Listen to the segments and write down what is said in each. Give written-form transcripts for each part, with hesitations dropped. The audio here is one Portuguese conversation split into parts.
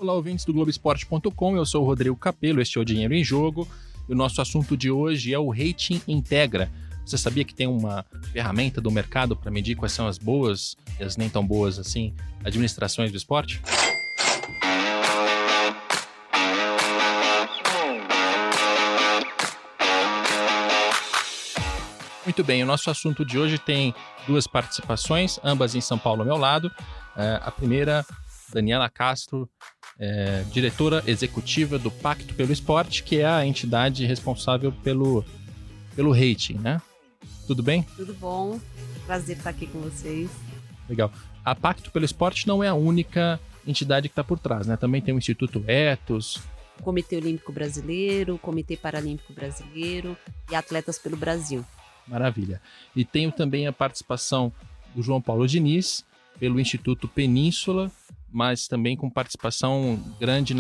Olá, ouvintes do Globoesporte.com, eu sou o Rodrigo Capello, este é o Dinheiro em Jogo, e o nosso assunto de hoje é o Rating Integra. Você sabia que tem uma ferramenta do mercado para medir quais são as boas e as nem tão boas assim administrações do esporte? Muito bem, o nosso assunto de hoje tem duas participações, ambas em São Paulo ao meu lado. A primeira, Daniela Castro, diretora executiva do Pacto pelo Esporte, que é a entidade responsável pelo rating, né? Tudo bem? Tudo bom, prazer estar aqui com vocês. Legal. A Pacto pelo Esporte não é a única entidade que está por trás, né? Também tem o Instituto Ethos, o Comitê Olímpico Brasileiro, o Comitê Paralímpico Brasileiro e Atletas pelo Brasil. Maravilha. E tenho também a participação do João Paulo Diniz, pelo Instituto Península, mas também com participação grande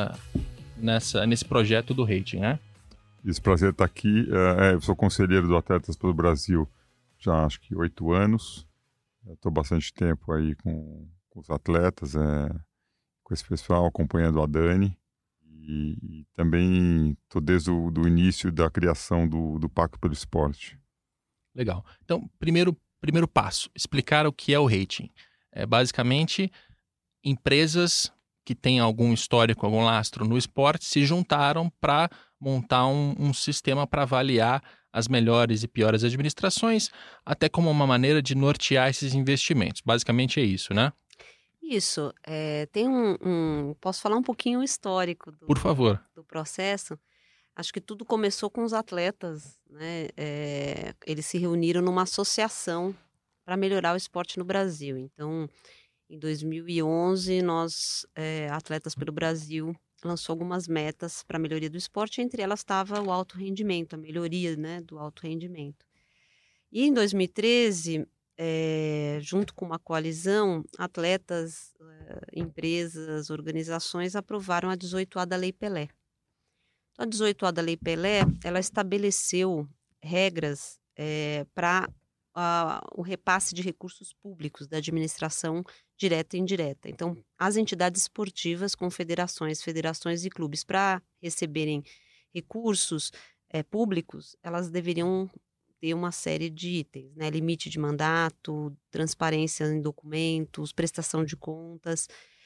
nesse projeto do rating, né? Esse prazer estar aqui. Eu sou conselheiro do Atletas pelo Brasil já acho que 8 anos. Estou bastante tempo aí com os atletas, com esse pessoal, acompanhando a Dani. E também estou desde o início da criação do Pacto pelo Esporte. Legal. Então, primeiro passo, explicar o que é o rating. Basicamente, empresas que têm algum histórico, algum lastro no esporte se juntaram para montar um sistema para avaliar as melhores e piores administrações, até como uma maneira de nortear esses investimentos. Basicamente é isso, né? Isso. Tem posso falar um pouquinho o histórico Por favor. Do processo? Acho que tudo começou com os atletas, né? Eles se reuniram numa associação para melhorar o esporte no Brasil. Então, em 2011, nós, Atletas pelo Brasil, lançou algumas metas para a melhoria do esporte, entre elas estava o alto rendimento, a melhoria, né, do alto rendimento. E em 2013, junto com uma coalizão, atletas, empresas, organizações aprovaram a 18A da Lei Pelé. Então, a 18A da Lei Pelé, ela estabeleceu regras para o repasse de recursos públicos da administração direta e indireta. Então, as entidades esportivas, confederações, federações e clubes, para receberem recursos públicos, elas deveriam ter uma série de itens, né? Limite de mandato, transparência em documentos, prestação de contas.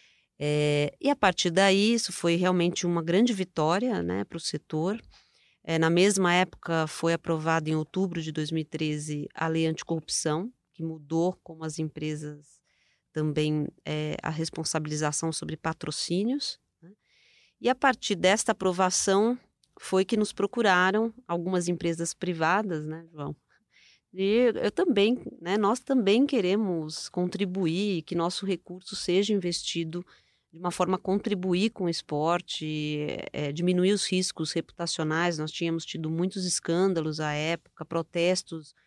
E a partir daí, isso foi realmente uma grande vitória, né, para o setor. Na mesma época, foi aprovada em outubro de 2013 a Lei Anticorrupção, que mudou como as empresas também a responsabilização sobre patrocínios, né? E a partir desta aprovação foi que nos procuraram algumas empresas privadas, né, João? E eu também, né, nós também queremos contribuir, que nosso recurso seja investido de uma forma a contribuir com o esporte, diminuir os riscos reputacionais. Nós tínhamos tido muitos escândalos à época, protestos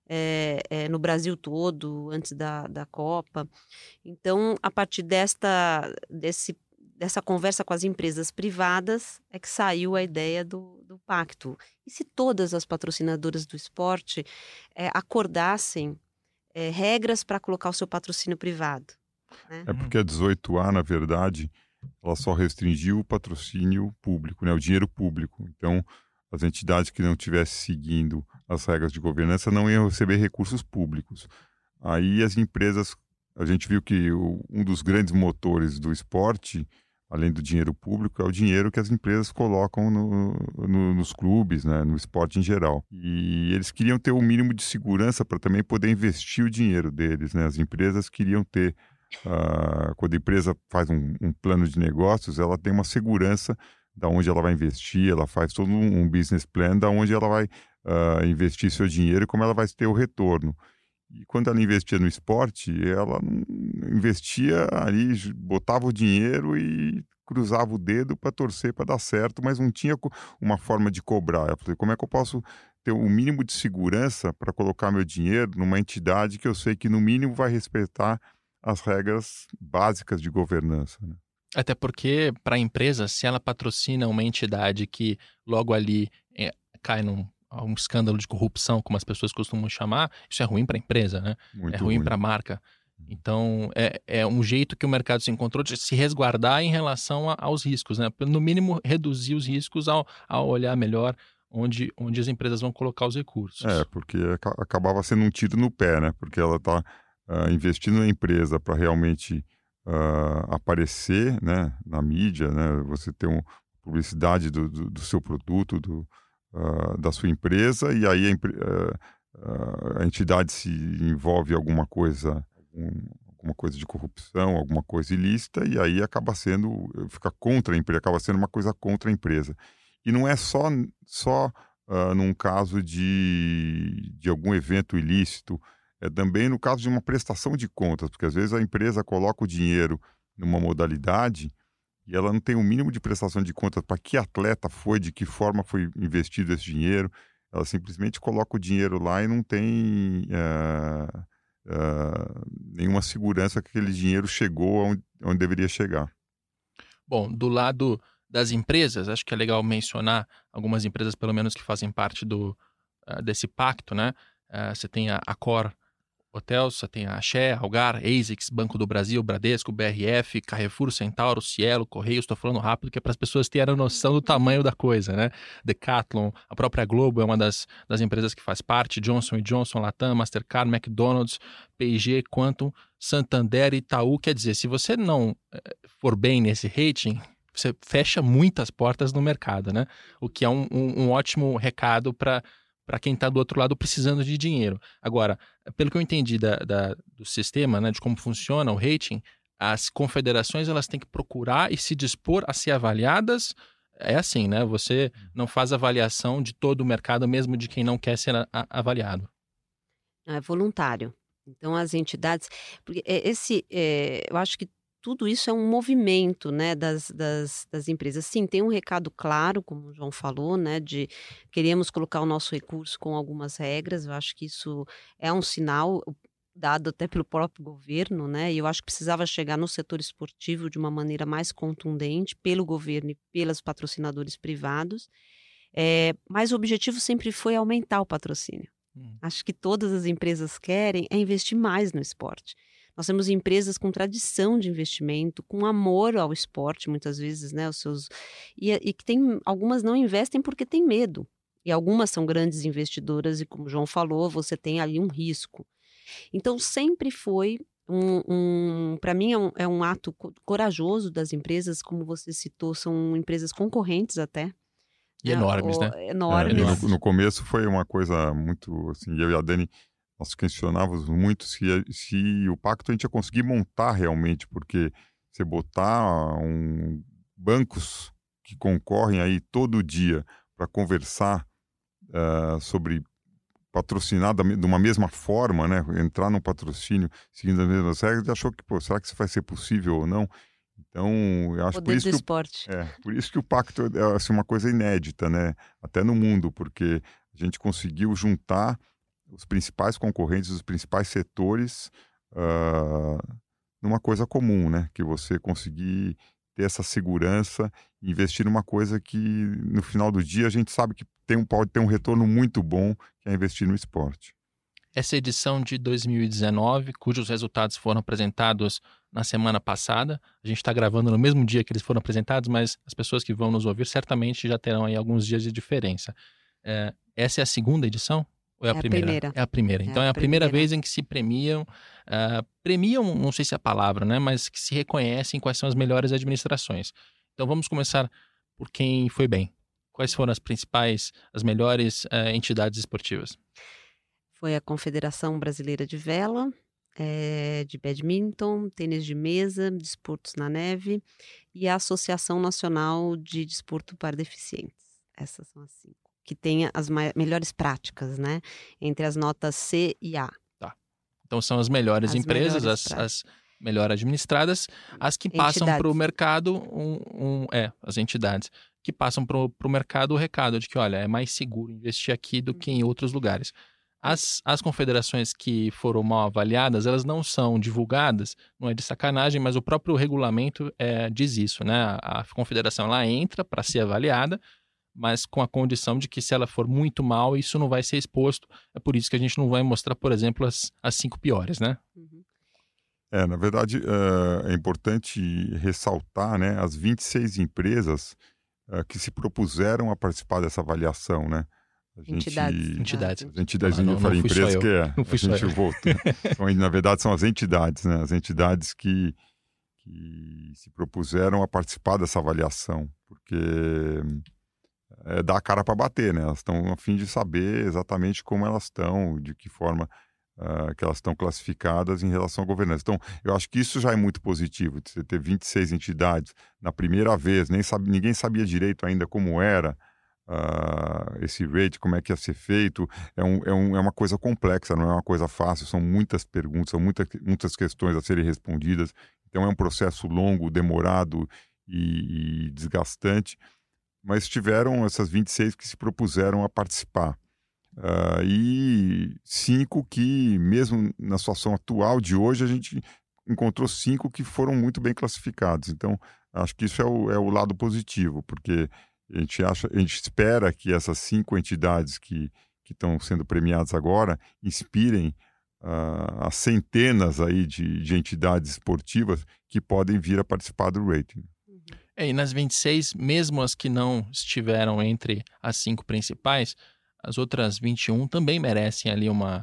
no Brasil todo, antes da Copa. Então, a partir dessa conversa com as empresas privadas, é que saiu a ideia do pacto. E se todas as patrocinadoras do esporte acordassem regras para colocar o seu patrocínio privado? Né? Porque a 18A, na verdade, ela só restringiu o patrocínio público, né, o dinheiro público. Então, as entidades que não estivessem seguindo as regras de governança não iam receber recursos públicos. Aí as empresas, a gente viu que um dos grandes motores do esporte, além do dinheiro público, é o dinheiro que as empresas colocam nos clubes, né, no esporte em geral. E eles queriam ter o mínimo de segurança para também poder investir o dinheiro deles, né? As empresas queriam ter, quando a empresa faz um plano de negócios, ela tem uma segurança da onde ela vai investir, ela faz todo um business plan da onde ela vai investir seu dinheiro e como ela vai ter o retorno. E quando ela investia no esporte, ela não investia ali, botava o dinheiro e cruzava o dedo para torcer para dar certo, mas não tinha uma forma de cobrar. Eu falei, como é que eu posso ter o mínimo de segurança para colocar meu dinheiro numa entidade que eu sei que no mínimo vai respeitar as regras básicas de governança, né? Até porque, para a empresa, se ela patrocina uma entidade que logo ali cai num escândalo de corrupção, como as pessoas costumam chamar, isso é ruim para a empresa, né? Muito ruim ruim para a marca. Então, é um jeito que o mercado se encontrou de se resguardar em relação aos riscos, né? No mínimo, reduzir os riscos ao olhar melhor onde as empresas vão colocar os recursos. Porque acabava sendo um tiro no pé, né? Porque ela está investindo na empresa para realmente aparecer, né, na mídia, né? Você ter uma publicidade do seu produto, da sua empresa, e aí a entidade se envolve em alguma coisa de corrupção, alguma coisa ilícita, e aí fica contra a empresa, acaba sendo uma coisa contra a empresa. E não é só num caso de algum evento ilícito, é também no caso de uma prestação de contas, porque às vezes a empresa coloca o dinheiro numa modalidade e ela não tem o mínimo de prestação de contas para que atleta foi, de que forma foi investido esse dinheiro. Ela simplesmente coloca o dinheiro lá e não tem nenhuma segurança que aquele dinheiro chegou onde deveria chegar. Bom, do lado das empresas, acho que é legal mencionar algumas empresas, pelo menos, que fazem parte desse pacto, né? Você tem a Accor Hotels, você tem a Axé, Algar, ASICS, Banco do Brasil, Bradesco, BRF, Carrefour, Centauro, Cielo, Correios. Estou falando rápido que é para as pessoas terem a noção do tamanho da coisa, né? Decathlon, a própria Globo é uma das empresas que faz parte, Johnson & Johnson, Latam, Mastercard, McDonald's, P&G, Quantum, Santander, Itaú. Quer dizer, se você não for bem nesse rating, você fecha muitas portas no mercado, né? O que é um ótimo recado para quem está do outro lado precisando de dinheiro. Agora, pelo que eu entendi do sistema, né, de como funciona o rating, as confederações elas têm que procurar e se dispor a ser avaliadas. É assim, né? Você não faz avaliação de todo o mercado, mesmo de quem não quer ser avaliado. É voluntário. Então, as entidades... Porque eu acho que tudo isso é um movimento, né, das empresas. Sim, tem um recado claro, como o João falou, né, de queremos colocar o nosso recurso com algumas regras. Eu acho que isso é um sinal dado até pelo próprio governo, né, e eu acho que precisava chegar no setor esportivo de uma maneira mais contundente pelo governo e pelos patrocinadores privados. Mas o objetivo sempre foi aumentar o patrocínio. Acho que todas as empresas querem investir mais no esporte. Nós temos empresas com tradição de investimento, com amor ao esporte, muitas vezes, né? E que algumas não investem porque têm medo. E algumas são grandes investidoras, e como o João falou, você tem ali um risco. Então, sempre foi para mim, é um ato corajoso das empresas, como você citou, são empresas concorrentes até. E enormes, né? Enormes. No começo foi uma coisa muito, assim, eu e a Dani, nós questionávamos muito se o pacto a gente ia conseguir montar realmente, porque você botar bancos que concorrem aí todo dia para conversar sobre patrocinar de uma mesma forma, né? Entrar no patrocínio seguindo as mesmas regras, achou que, será que isso vai ser possível ou não? Então, eu acho por isso que o pacto é assim, uma coisa inédita, né? Até no mundo, porque a gente conseguiu juntar os principais concorrentes, os principais setores numa coisa comum, né? Que você conseguir ter essa segurança e investir numa coisa que, no final do dia, a gente sabe que pode ter um retorno muito bom, que é investir no esporte. Essa edição de 2019, cujos resultados foram apresentados na semana passada, a gente está gravando no mesmo dia que eles foram apresentados, mas as pessoas que vão nos ouvir certamente já terão aí alguns dias de diferença. Essa é a segunda edição? Ou é a primeira? É a primeira. Então é a primeira vez em que se premiam, não sei se é a palavra, né, mas que se reconhecem quais são as melhores administrações. Então vamos começar por quem foi bem. Quais foram as melhores entidades esportivas? Foi a Confederação Brasileira de Vela, de Badminton, Tênis de Mesa, Desportos na Neve e a Associação Nacional de Desporto para Deficientes. Essas são as 5. Que tem as melhores práticas, né? Entre as notas C e A. Tá. Então são as melhores empresas, as melhor administradas, as que passam para o mercado, as entidades, que passam para o mercado o recado de que, olha, é mais seguro investir aqui do que em outros lugares. As confederações que foram mal avaliadas, elas não são divulgadas, não é de sacanagem, mas o próprio regulamento diz isso, né? A confederação ela entra para ser avaliada, mas com a condição de que se ela for muito mal, isso não vai ser exposto. É por isso que a gente não vai mostrar, por exemplo, as 5 piores, né? Uhum. Na verdade, é importante ressaltar, né, as 26 empresas que se propuseram a participar dessa avaliação, né? A gente, Entidades. Entidades. As entidades, Não eu falei fui só empresas eu. que Não fui só a gente eu. voltou. Então, na verdade, são as entidades, né? As entidades que se propuseram a participar dessa avaliação, porque dá a cara para bater, né? Elas estão a fim de saber exatamente como elas estão, de que forma que elas estão classificadas em relação à governança. Então, eu acho que isso já é muito positivo, de você ter 26 entidades na primeira vez, ninguém sabia direito ainda como era esse rate, como é que ia ser feito. É uma coisa complexa, não é uma coisa fácil, são muitas perguntas, são muitas questões a serem respondidas. Então, é um processo longo, demorado e desgastante, mas tiveram essas 26 que se propuseram a participar. E 5 que, mesmo na situação atual de hoje, a gente encontrou 5 que foram muito bem classificados. Então, acho que isso é o lado positivo, porque a gente espera que essas 5 entidades que estão sendo premiadas agora inspirem as centenas aí de entidades esportivas que podem vir a participar do rating. E nas 26, mesmo as que não estiveram entre as 5 principais, as outras 21 também merecem ali uma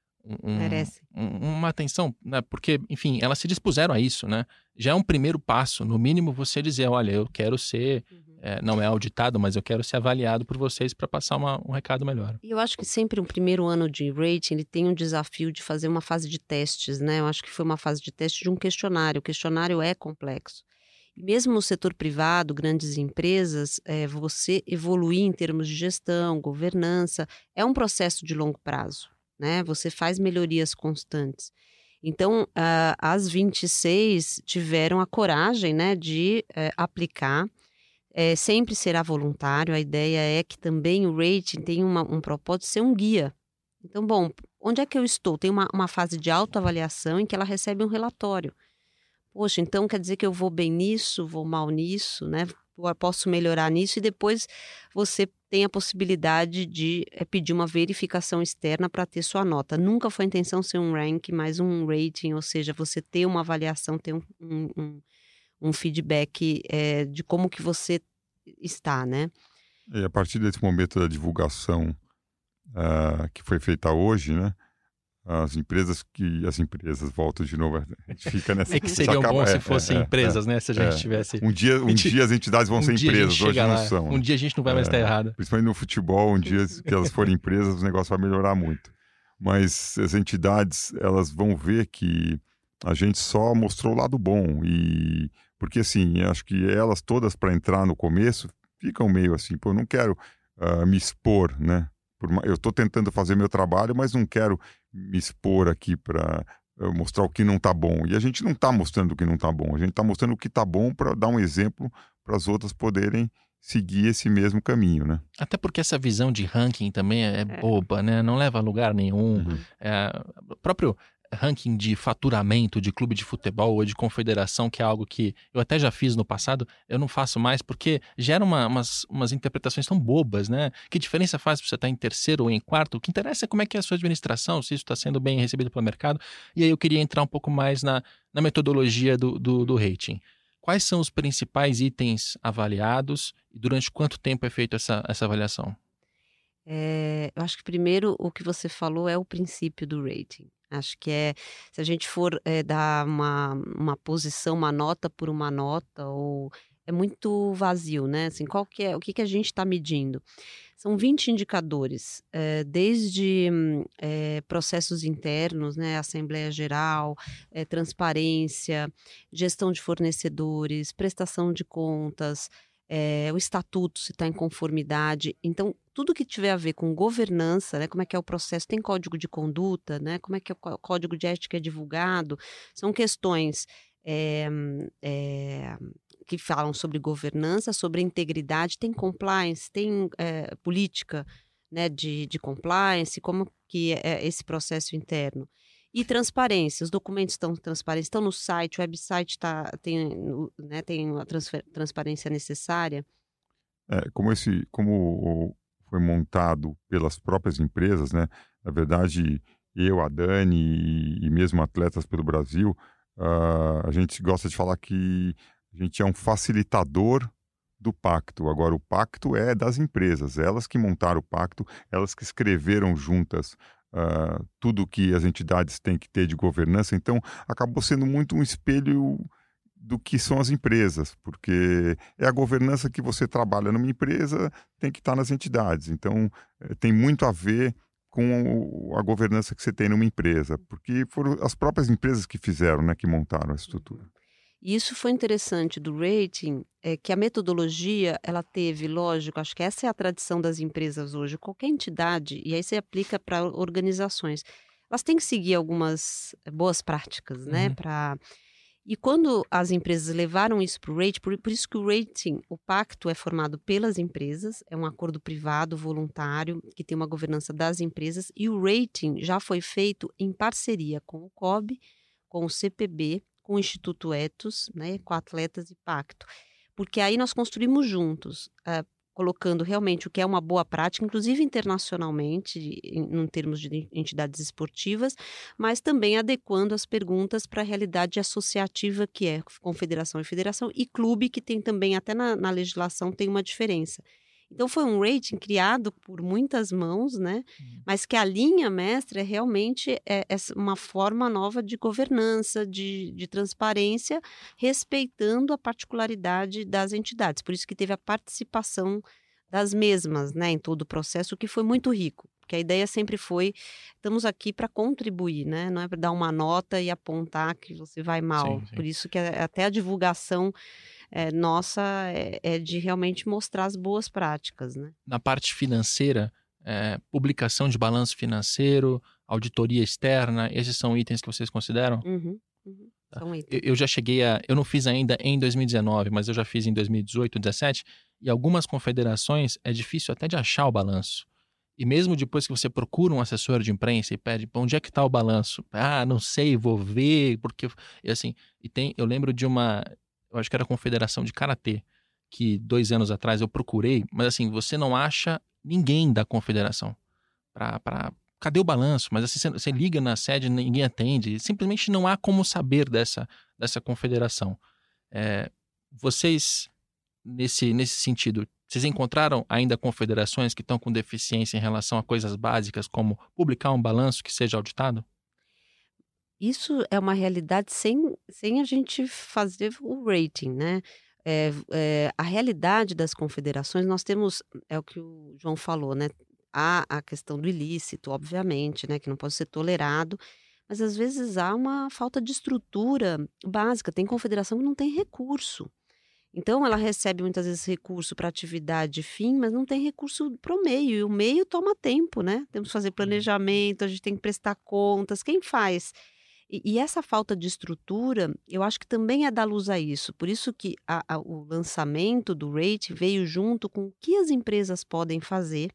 atenção, né? Porque, enfim, elas se dispuseram a isso, né? Já é um primeiro passo, no mínimo, você dizer, olha, eu quero ser, não é auditado, mas eu quero ser avaliado por vocês para passar um recado melhor. E eu acho que sempre um primeiro ano de rating, ele tem um desafio de fazer uma fase de testes, né? Eu acho que foi uma fase de teste de um questionário. O questionário é complexo. E mesmo no setor privado, grandes empresas, você evoluir em termos de gestão, governança, é um processo de longo prazo, né? Você faz melhorias constantes. Então, as 26 tiveram a coragem, né, de aplicar. Sempre será voluntário. A ideia é que também o rating tem um propósito de ser um guia. Então, bom, onde é que eu estou? Tem uma fase de autoavaliação em que ela recebe um relatório. Poxa, então quer dizer que eu vou bem nisso, vou mal nisso, né? Eu posso melhorar nisso, e depois você tem a possibilidade de pedir uma verificação externa para ter sua nota. Nunca foi a intenção ser um ranking, mas um rating, ou seja, você ter uma avaliação, ter um feedback de como que você está, né? E a partir desse momento da divulgação que foi feita hoje, né? As empresas, volto de novo, a gente fica nessa... É que seria bom se fossem empresas, né? Se a gente tivesse... Um dia as entidades vão ser empresas, hoje não são. Um dia a gente não vai mais estar errado. Principalmente no futebol, um dia que elas forem empresas, o negócio vai melhorar muito. Mas as entidades, elas vão ver que a gente só mostrou o lado bom. Porque, assim, acho que elas todas, para entrar no começo, ficam meio assim, pô, eu não quero me expor, né? Eu estou tentando fazer meu trabalho, mas não quero me expor aqui para mostrar o que não está bom. E a gente não está mostrando o que não está bom, a gente está mostrando o que está bom para dar um exemplo para as outras poderem seguir esse mesmo caminho, né? Até porque essa visão de ranking também é boba, né? Não leva a lugar nenhum. O próprio ranking de faturamento de clube de futebol ou de confederação, que é algo que eu até já fiz no passado, eu não faço mais porque gera umas interpretações tão bobas, né? Que diferença faz se você estar em terceiro ou em quarto? O que interessa é como é que é a sua administração, se isso está sendo bem recebido pelo mercado. E aí eu queria entrar um pouco mais na metodologia do rating. Quais são os principais itens avaliados e durante quanto tempo é feita essa avaliação? Eu acho que primeiro o que você falou é o princípio do rating. Acho que se a gente for dar uma posição, uma nota por uma nota, ou é muito vazio, né? Assim, o que a gente está medindo? São 20 indicadores, desde processos internos, né? Assembleia Geral, transparência, gestão de fornecedores, prestação de contas, o estatuto, se está em conformidade. Então, tudo que tiver a ver com governança, né, como é que é o processo, tem código de conduta, né, como é que o código de ética é divulgado, são questões que falam sobre governança, sobre integridade, tem compliance, tem política, né, de compliance, como que é esse processo interno. E transparência, os documentos estão transparentes, estão no site, o website tem a transparência necessária. Como foi montado pelas próprias empresas, né? Na verdade, eu, a Dani e mesmo atletas pelo Brasil, A gente gosta de falar que a gente é um facilitador do pacto. Agora, o pacto é das empresas, elas que montaram o pacto, elas que escreveram juntas tudo que as entidades têm que ter de governança. Então, acabou sendo muito um espelho do que são as empresas, porque é a governança que você trabalha numa empresa, tem que estar nas entidades. Então, tem muito a ver com a governança que você tem numa empresa, porque foram as próprias empresas que fizeram, né, que montaram a estrutura. E isso foi interessante do rating, é que a metodologia, ela teve, lógico, acho que essa é a tradição das empresas hoje, qualquer entidade, e aí você aplica para organizações, elas têm que seguir algumas boas práticas, né, E quando as empresas levaram isso para o rating, por isso que o rating, o pacto é formado pelas empresas, é um acordo privado, voluntário, que tem uma governança das empresas, e o rating já foi feito em parceria com o COB, com o CPB, com o Instituto Ethos, né, com Atletas e Pacto. Porque aí nós construímos juntos, colocando realmente o que é uma boa prática, inclusive internacionalmente, em termos de entidades esportivas, mas também adequando as perguntas para a realidade associativa, que é confederação e federação, e clube, que tem também, até na legislação, tem uma diferença. Então, foi um rating criado por muitas mãos, né? Mas que a linha mestra realmente é uma forma nova de governança, de transparência, respeitando a particularidade das entidades. Por isso que teve a participação das mesmas, né, em todo o processo, o que foi muito rico. Porque a ideia sempre foi, estamos aqui para contribuir, né? Não é para dar uma nota e apontar que você vai mal. Sim, sim. Por isso que até a divulgação nossa é de realmente mostrar as boas práticas, né? Na parte financeira, publicação de balanço financeiro, auditoria externa, esses são itens que vocês consideram? Uhum. São itens. Eu já cheguei eu não fiz ainda em 2019, mas eu já fiz em 2018, 2017, e algumas confederações é difícil até de achar o balanço. E mesmo depois que você procura um assessor de imprensa e pede, onde é que está o balanço? Não sei, vou ver, porque... E assim, eu lembro de eu acho que era a Confederação de Karatê, que 2 anos atrás eu procurei, mas assim, você não acha ninguém da confederação. Cadê o balanço? Mas assim, você liga na sede, ninguém atende. Simplesmente não há como saber dessa confederação. Vocês, nesse sentido, vocês encontraram ainda confederações que estão com deficiência em relação a coisas básicas, como publicar um balanço que seja auditado? Isso é uma realidade sem a gente fazer o rating, né? A realidade das confederações, nós temos, é o que o João falou, né? Há a questão do ilícito, obviamente, né? Que não pode ser tolerado, mas às vezes há uma falta de estrutura básica. Tem confederação que não tem recurso. Então, ela recebe muitas vezes recurso para atividade fim, mas não tem recurso para o meio. E o meio toma tempo, né? Temos que fazer planejamento, a gente tem que prestar contas. Quem faz? E essa falta de estrutura, eu acho que também é dar luz a isso. Por isso que o lançamento do Rate veio junto com o que as empresas podem fazer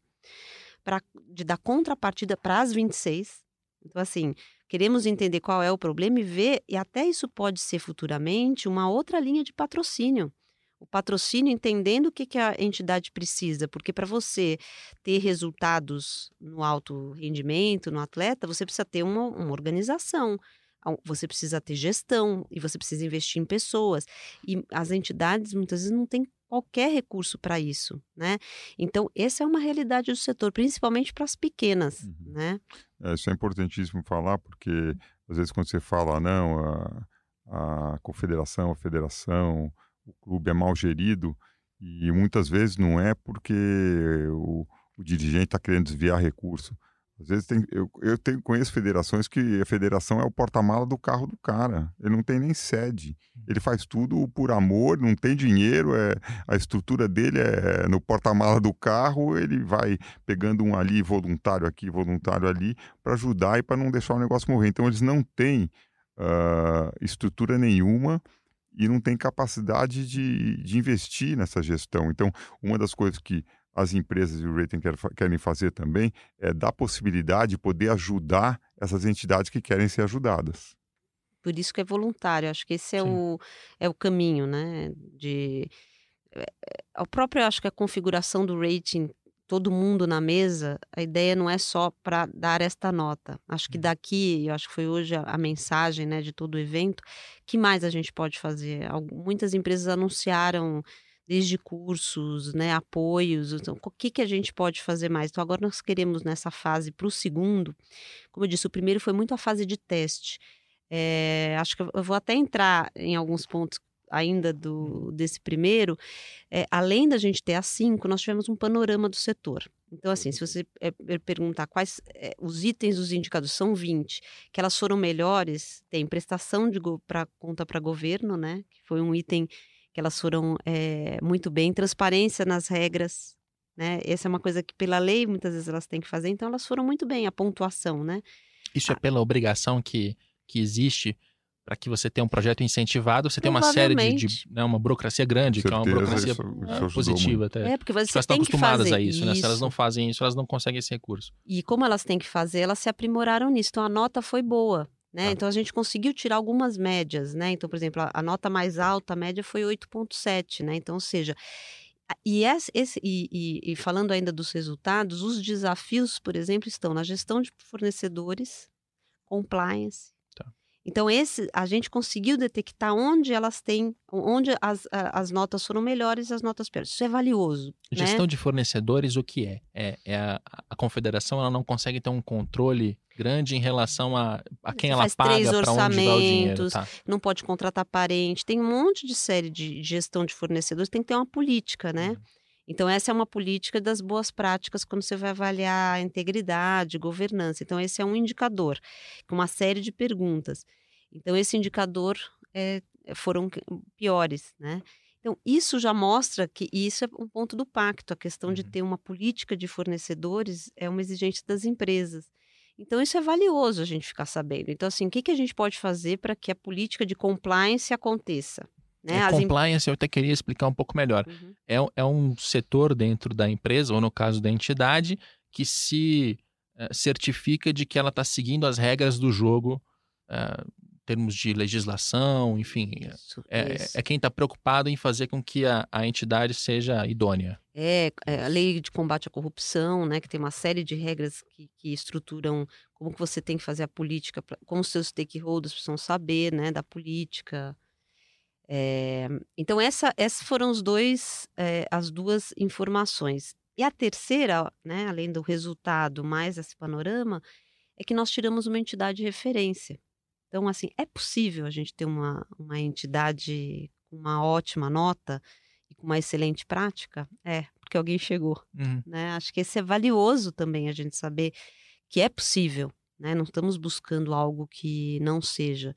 de dar contrapartida para as 26. Então, assim, queremos entender qual é o problema e ver, e até isso pode ser futuramente uma outra linha de patrocínio. O patrocínio entendendo o que a entidade precisa, porque para você ter resultados no alto rendimento, no atleta, você precisa ter uma organização, você precisa ter gestão e você precisa investir em pessoas. E as entidades muitas vezes não têm qualquer recurso para isso, né? Então, essa é uma realidade do setor, principalmente para as pequenas, né? Isso é importantíssimo falar, porque às vezes quando você fala, não, a confederação, a federação, o clube é mal gerido, e muitas vezes não é porque o dirigente está querendo desviar recurso. Às vezes conheço federações que a federação é o porta-mala do carro do cara. Ele não tem nem sede. Ele faz tudo por amor, não tem dinheiro, a estrutura dele é no porta-mala do carro, ele vai pegando um ali, voluntário aqui, voluntário ali, para ajudar e para não deixar o negócio morrer. Então eles não têm estrutura nenhuma e não têm capacidade de investir nessa gestão. Então, uma das coisas que as empresas e o rating querem fazer também é dar possibilidade de poder ajudar essas entidades que querem ser ajudadas. Por isso que é voluntário, acho que esse é o caminho, né? O próprio, acho que a configuração do rating todo mundo na mesa, a ideia não é só para dar esta nota. Acho que daqui, eu acho que foi hoje a mensagem, né, de todo o evento, que mais a gente pode fazer? Muitas empresas anunciaram desde cursos, né, apoios, então o que a gente pode fazer mais? Então agora nós queremos nessa fase para o segundo, como eu disse, o primeiro foi muito a fase de teste. Acho que eu vou até entrar em alguns pontos ainda desse primeiro, além da gente ter as 5, nós tivemos um panorama do setor. Então, assim, se você perguntar quais os itens dos indicadores, são 20, que elas foram melhores, tem prestação para conta para governo, né, que foi um item que elas foram muito bem, transparência nas regras, né, essa é uma coisa que pela lei muitas vezes elas têm que fazer, então elas foram muito bem, a pontuação, né. Isso é pela obrigação que existe para que você tenha um projeto incentivado, você tem uma série né, uma burocracia grande, que é uma burocracia positiva até. Porque você elas estão acostumadas a isso, né? Se elas não fazem isso, elas não conseguem esse recurso. E como elas têm que fazer, elas se aprimoraram nisso. Então a nota foi boa, né? Então a gente conseguiu tirar algumas médias, né? Então, por exemplo, a nota mais alta, a média foi 8,7, né? Então, ou seja, e falando ainda dos resultados, os desafios, por exemplo, estão na gestão de fornecedores, compliance. Então, a gente conseguiu detectar onde as notas foram melhores e as notas piores. Isso é valioso. Gestão né? de fornecedores, o que é? A confederação ela não consegue ter um controle grande em relação a quem ela paga, para onde vai o dinheiro. Tá? Não pode contratar parente. Tem um monte de série de gestão de fornecedores, tem que ter uma política, né? Então, essa é uma política das boas práticas quando você vai avaliar a integridade, governança. Então, esse é um indicador, com uma série de perguntas. Então, esse indicador foram piores, né? Então, isso já mostra que isso é um ponto do pacto. A questão de ter uma política de fornecedores é uma exigência das empresas. Então, isso é valioso a gente ficar sabendo. Então, assim, o que a gente pode fazer para que a política de compliance aconteça? Né? Compliance, eu até queria explicar um pouco melhor. É um setor dentro da empresa, ou no caso da entidade, que se certifica de que ela está seguindo as regras do jogo, em termos de legislação, enfim. Isso. É quem está preocupado em fazer com que a entidade seja idônea. A lei de combate à corrupção, né, que tem uma série de regras que estruturam como que você tem que fazer a política, como os seus stakeholders precisam saber, né, da política. Então, essas foram as duas informações. E a terceira, né, além do resultado mais esse panorama, é que nós tiramos uma entidade de referência. Então, assim, é possível a gente ter uma entidade com uma ótima nota e com uma excelente prática? Porque alguém chegou. Né? Acho que esse é valioso também, a gente saber que é possível. Né? Não estamos buscando algo que não seja.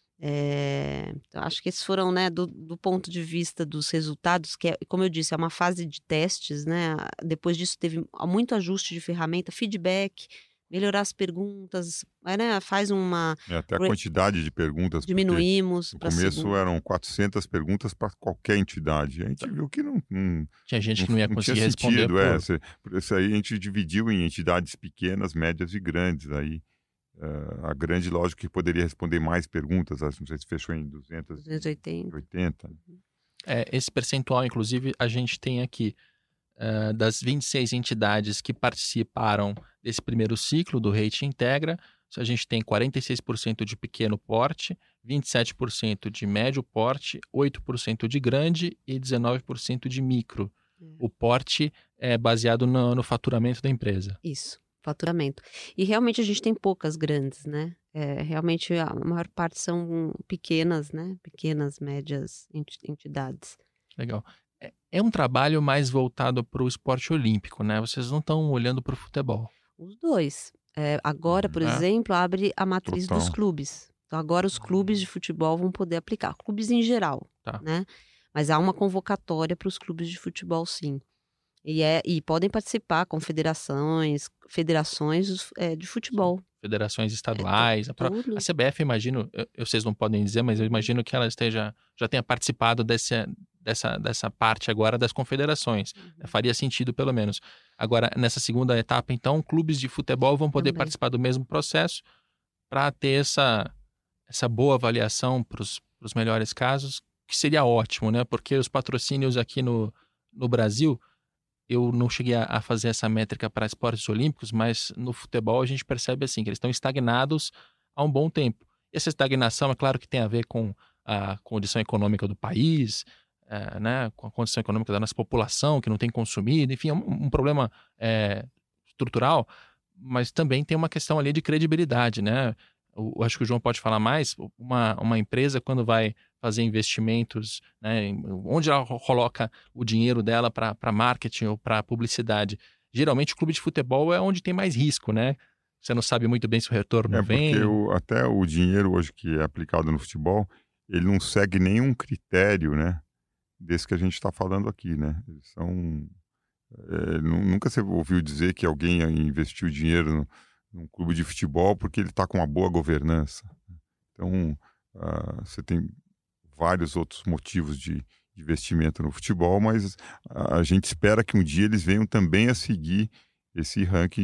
Então, acho que esses foram, né, do ponto de vista dos resultados, que como eu disse, é uma fase de testes, né? Depois disso teve muito ajuste de ferramenta, feedback, melhorar as perguntas, né? Faz uma... até a quantidade de perguntas. Diminuímos. No começo eram 400 perguntas para qualquer entidade. A gente viu que não tinha gente que não ia conseguir responder. Por isso aí a gente dividiu em entidades pequenas, médias e grandes. Aí a grande, lógico, que poderia responder mais perguntas, não sei se fechou em 280. Esse percentual, inclusive, a gente tem aqui das 26 entidades que participaram desse primeiro ciclo do Rate Integra, a gente tem 46% de pequeno porte, 27% de médio porte, 8% de grande e 19% de micro. O porte é baseado no faturamento da empresa. Isso. Faturamento. E realmente a gente tem poucas grandes, né? Realmente a maior parte são pequenas, né? Pequenas, médias entidades. Legal. É um trabalho mais voltado para o esporte olímpico, né? Vocês não estão olhando para o futebol. Os dois. Agora, por exemplo, abre a matriz dos clubes. Então agora os clubes de futebol vão poder aplicar. Clubes em geral, né? Mas há uma convocatória para os clubes de futebol, sim. E podem participar federações de futebol. Federações estaduais. A CBF, imagino, vocês não podem dizer, mas eu imagino que ela já tenha participado dessa parte agora das confederações. Faria sentido, pelo menos. Agora, nessa segunda etapa, então, clubes de futebol vão poder participar do mesmo processo para ter essa boa avaliação para os melhores casos, que seria ótimo, né? Porque os patrocínios aqui no Brasil, eu não cheguei a fazer essa métrica para esportes olímpicos, mas no futebol a gente percebe assim, que eles estão estagnados há um bom tempo. E essa estagnação, é claro que tem a ver com a condição econômica do país, né, com a condição econômica da nossa população, que não tem consumido, enfim, é um problema estrutural, mas também tem uma questão ali de credibilidade, né? Eu acho que o João pode falar mais. Uma empresa, quando vai fazer investimentos, né, onde ela coloca o dinheiro dela para marketing ou para publicidade, geralmente o clube de futebol é onde tem mais risco, né? Você não sabe muito bem se o retorno vem. Porque até o dinheiro hoje que é aplicado no futebol, ele não segue nenhum critério, né, desse que a gente está falando aqui, né? Eles são... nunca você ouviu dizer que alguém investiu dinheiro num clube de futebol porque ele está com uma boa governança. Então, você tem vários outros motivos de investimento no futebol, mas a gente espera que um dia eles venham também a seguir esse ranking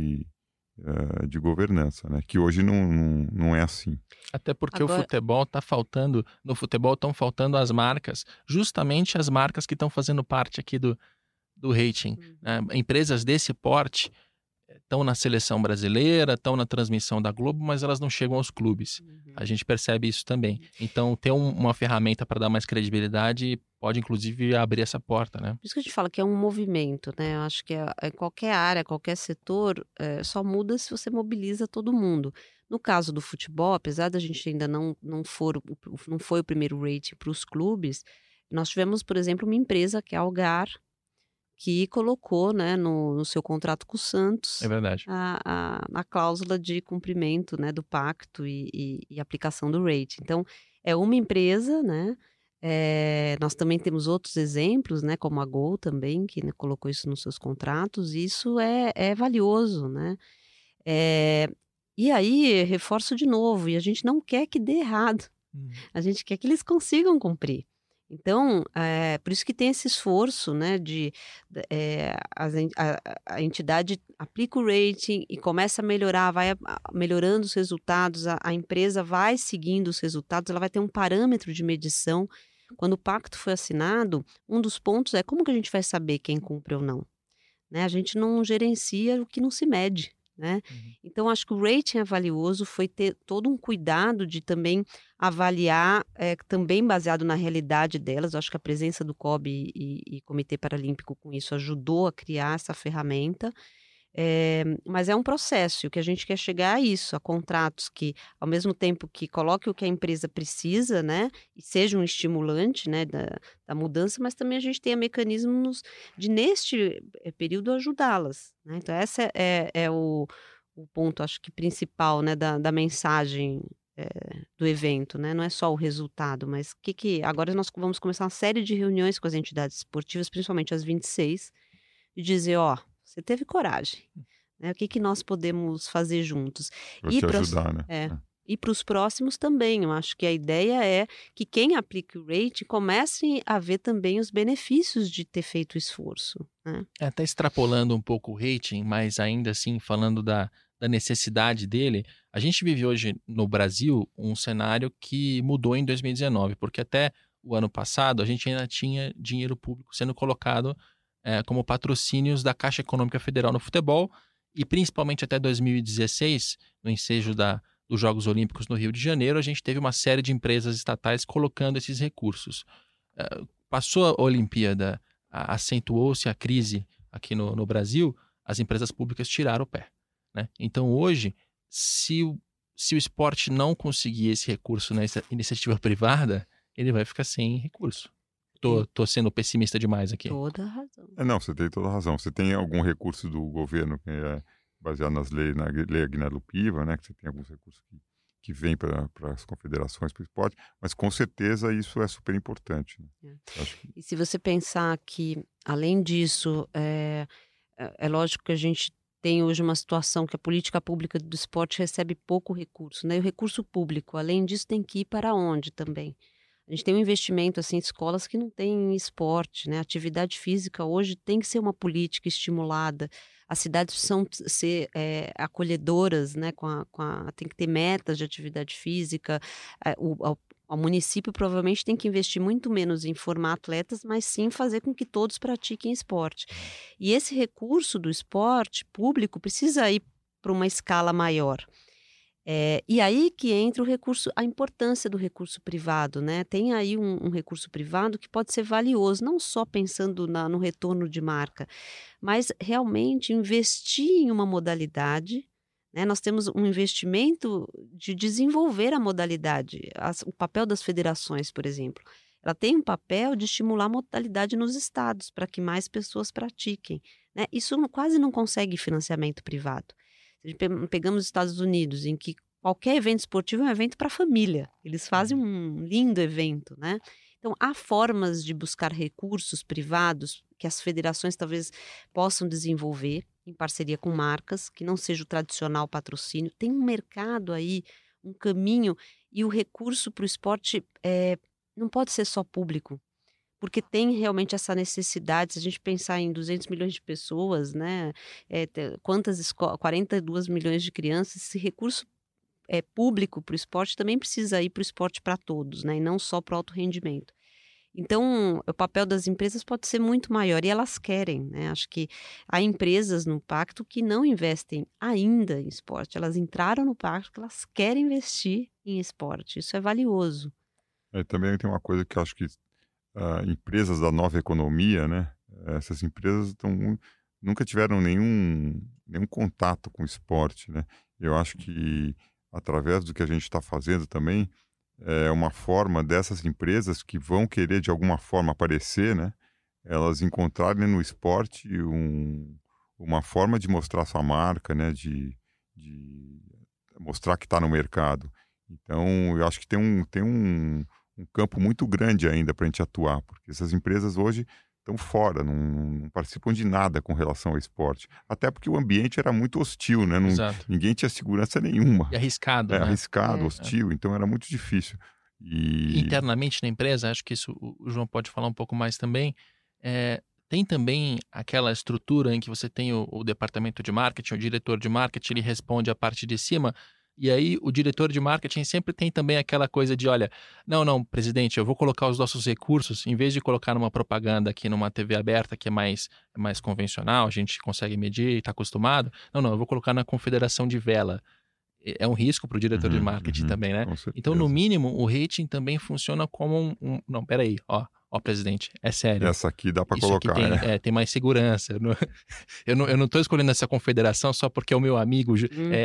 de governança, né? Que hoje não é assim. Até porque o futebol está faltando, no futebol estão faltando as marcas, justamente as marcas que estão fazendo parte aqui do rating. Né? Empresas desse porte estão na seleção brasileira, estão na transmissão da Globo, mas elas não chegam aos clubes. A gente percebe isso também. Então, ter uma ferramenta para dar mais credibilidade pode, inclusive, abrir essa porta, né? Por isso que a gente fala que é um movimento, né? Eu acho que qualquer área, qualquer setor, só muda se você mobiliza todo mundo. No caso do futebol, apesar da gente ainda não foi o primeiro rating para os clubes, nós tivemos, por exemplo, uma empresa que é a Algar, que colocou, né, no seu contrato com o Santos, é verdade, a cláusula de cumprimento, né, do pacto e aplicação do rating. Então, é uma empresa, né? Nós também temos outros exemplos, né, como a Gol também, que, né, colocou isso nos seus contratos, e isso é valioso, né? E aí, reforço de novo, e a gente não quer que dê errado, a gente quer que eles consigam cumprir. Então, por isso que tem esse esforço, né, a entidade aplica o rating e começa a melhorar, vai melhorando os resultados, a empresa vai seguindo os resultados, ela vai ter um parâmetro de medição. Quando o pacto foi assinado, um dos pontos é como que a gente vai saber quem cumpre ou não, né? A gente não gerencia o que não se mede, né? Então, acho que o rating é valioso, foi ter todo um cuidado de também avaliar, também baseado na realidade delas. Eu acho que a presença do COB e Comitê Paralímpico com isso ajudou a criar essa ferramenta, mas é um processo, e o que a gente quer chegar a isso, a contratos que, ao mesmo tempo que coloque o que a empresa precisa, né, e seja um estimulante, né, da mudança, mas também a gente tenha mecanismos de, neste período, ajudá-las, né? Então, esse é o ponto, acho que principal, né, da mensagem do evento, né? Não é só o resultado, mas agora nós vamos começar uma série de reuniões com as entidades esportivas, principalmente as 26, e dizer, você teve coragem, né? O que nós podemos fazer juntos? Para te ajudar, né? E para os próximos também, eu acho que a ideia é que quem aplique o rating comece a ver também os benefícios de ter feito o esforço, né? Até extrapolando um pouco o rating, mas ainda assim falando da necessidade dele, a gente vive hoje no Brasil um cenário que mudou em 2019, porque até o ano passado a gente ainda tinha dinheiro público sendo colocado como patrocínios da Caixa Econômica Federal no futebol, e principalmente até 2016, no ensejo dos Jogos Olímpicos no Rio de Janeiro, a gente teve uma série de empresas estatais colocando esses recursos. Passou a Olimpíada, acentuou-se a crise aqui no Brasil, as empresas públicas tiraram o pé, né? Então hoje, se o esporte não conseguir esse recurso nessa iniciativa privada, ele vai ficar sem recurso. Tô sendo pessimista demais aqui. Toda a razão. Não, você tem toda a razão. Você tem algum recurso do governo que é baseado na Lei Aguinaldo-Piva, né? Que você tem alguns recursos que vêm para as confederações, para o esporte, mas com certeza isso é super importante, né? E se você pensar que, além disso, é lógico que a gente tem hoje uma situação que a política pública do esporte recebe pouco recurso, né? E o recurso público, além disso, tem que ir para onde também? A gente tem um investimento, assim, em escolas que não têm esporte, né? Atividade física hoje tem que ser uma política estimulada. As cidades precisam ser acolhedoras, né? Tem que ter metas de atividade física. O município provavelmente tem que investir muito menos em formar atletas, mas sim fazer com que todos pratiquem esporte. E esse recurso do esporte público precisa ir para uma escala maior. E aí que entra o recurso, a importância do recurso privado, né? Tem aí um recurso privado que pode ser valioso, não só pensando no retorno de marca, mas realmente investir em uma modalidade, né? Nós temos um investimento de desenvolver a modalidade, o papel das federações, por exemplo. Ela tem um papel de estimular a modalidade nos estados, para que mais pessoas pratiquem, né? Isso quase não consegue financiamento privado. Pegamos os Estados Unidos, em que qualquer evento esportivo é um evento para a família. Eles fazem um lindo evento, né? Então, há formas de buscar recursos privados que as federações talvez possam desenvolver em parceria com marcas, que não seja o tradicional patrocínio. Tem um mercado aí, um caminho, e o recurso para o esporte não pode ser só público. Porque tem realmente essa necessidade, se a gente pensar em 200 milhões de pessoas, né, quantas escolas, 42 milhões de crianças, esse recurso público para o esporte também precisa ir para o esporte para todos, né, e não só para o alto rendimento. Então, o papel das empresas pode ser muito maior e elas querem, né? Acho que há empresas no pacto que não investem ainda em esporte. Elas entraram no pacto porque elas querem investir em esporte. Isso é valioso. Também tem uma coisa que eu acho que empresas da nova economia, né? Essas empresas nunca tiveram nenhum contato com o esporte, né? Eu acho que através do que a gente está fazendo também é uma forma dessas empresas que vão querer de alguma forma aparecer, né? Elas encontrarem no esporte uma forma de mostrar sua marca, né? De mostrar que está no mercado. Então, eu acho que tem um campo muito grande ainda para a gente atuar, porque essas empresas hoje estão fora, não participam de nada com relação ao esporte. Até porque o ambiente era muito hostil, né? Ninguém tinha segurança nenhuma. E arriscado, né? Arriscado, hostil, então era muito difícil. Internamente na empresa, acho que isso o João pode falar um pouco mais também, tem também aquela estrutura em que você tem o departamento de marketing, o diretor de marketing, ele responde a parte de cima. E aí o diretor de marketing sempre tem também aquela coisa de, olha, não, presidente, eu vou colocar os nossos recursos, em vez de colocar numa propaganda aqui numa TV aberta que é mais convencional, a gente consegue medir e está acostumado, não, eu vou colocar na confederação de vela. É um risco para o diretor de marketing também, né? Então, no mínimo, o rating também funciona como não, peraí, ó, presidente, é sério. Essa aqui dá para Isso colocar, aqui tem mais segurança. Eu não estou escolhendo essa confederação só porque é o meu amigo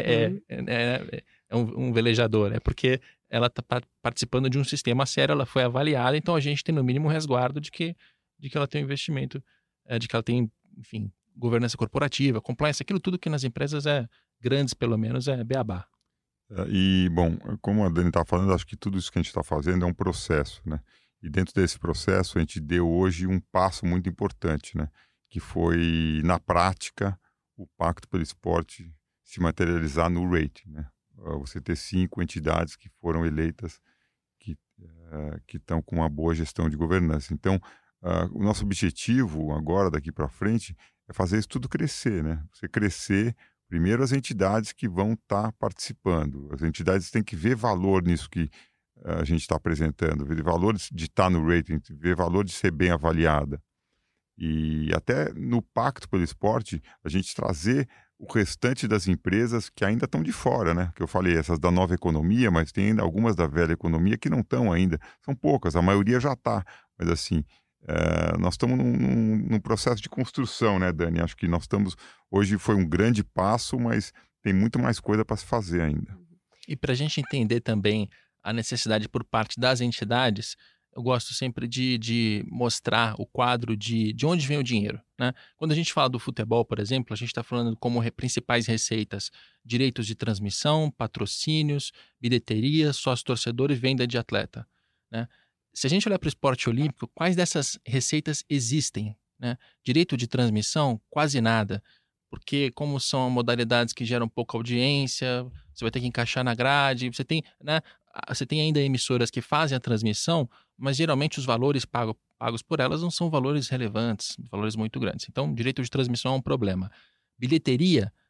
é um velejador. É porque ela está participando de um sistema sério, ela foi avaliada, então a gente tem no mínimo um resguardo de que ela tem um investimento, de que ela tem, enfim, governança corporativa, compliance, aquilo tudo que nas empresas grandes, pelo menos, é beabá. Bom, como a Dani está falando, acho que tudo isso que a gente está fazendo é um processo, né? E dentro desse processo, a gente deu hoje um passo muito importante, né? Que foi, na prática, o Pacto pelo Esporte se materializar no rating, né? Você ter 5 entidades que foram eleitas, que estão com uma boa gestão de governança. Então, o nosso objetivo agora, daqui para frente, é fazer isso tudo crescer, né? Você crescer, primeiro, as entidades que vão estar participando. As entidades têm que ver valor nisso que a gente está apresentando, ver valor de estar no rating, ver valor de ser bem avaliada. E até no Pacto pelo Esporte, a gente trazer o restante das empresas que ainda estão de fora, né? Que eu falei, essas da nova economia, mas tem ainda algumas da velha economia que não estão ainda. São poucas, a maioria já está. Mas assim, nós estamos num processo de construção, né, Dani? Acho que nós estamos... Hoje foi um grande passo, mas tem muito mais coisa para se fazer ainda. E para a gente entender também a necessidade por parte das entidades, eu gosto sempre de mostrar o quadro de onde vem o dinheiro, né? Quando a gente fala do futebol, por exemplo, a gente está falando como principais receitas: direitos de transmissão, patrocínios, bilheteria, sócio-torcedor e venda de atleta, né? Se a gente olhar para o esporte olímpico, quais dessas receitas existem, né? Direito de transmissão, quase nada, porque como são modalidades que geram pouca audiência, você vai ter que encaixar na grade, você tem, né? Você tem ainda emissoras que fazem a transmissão, mas geralmente os valores pagos por elas não são valores relevantes, valores muito grandes. Então, direito de transmissão é um problema. Bilheteria,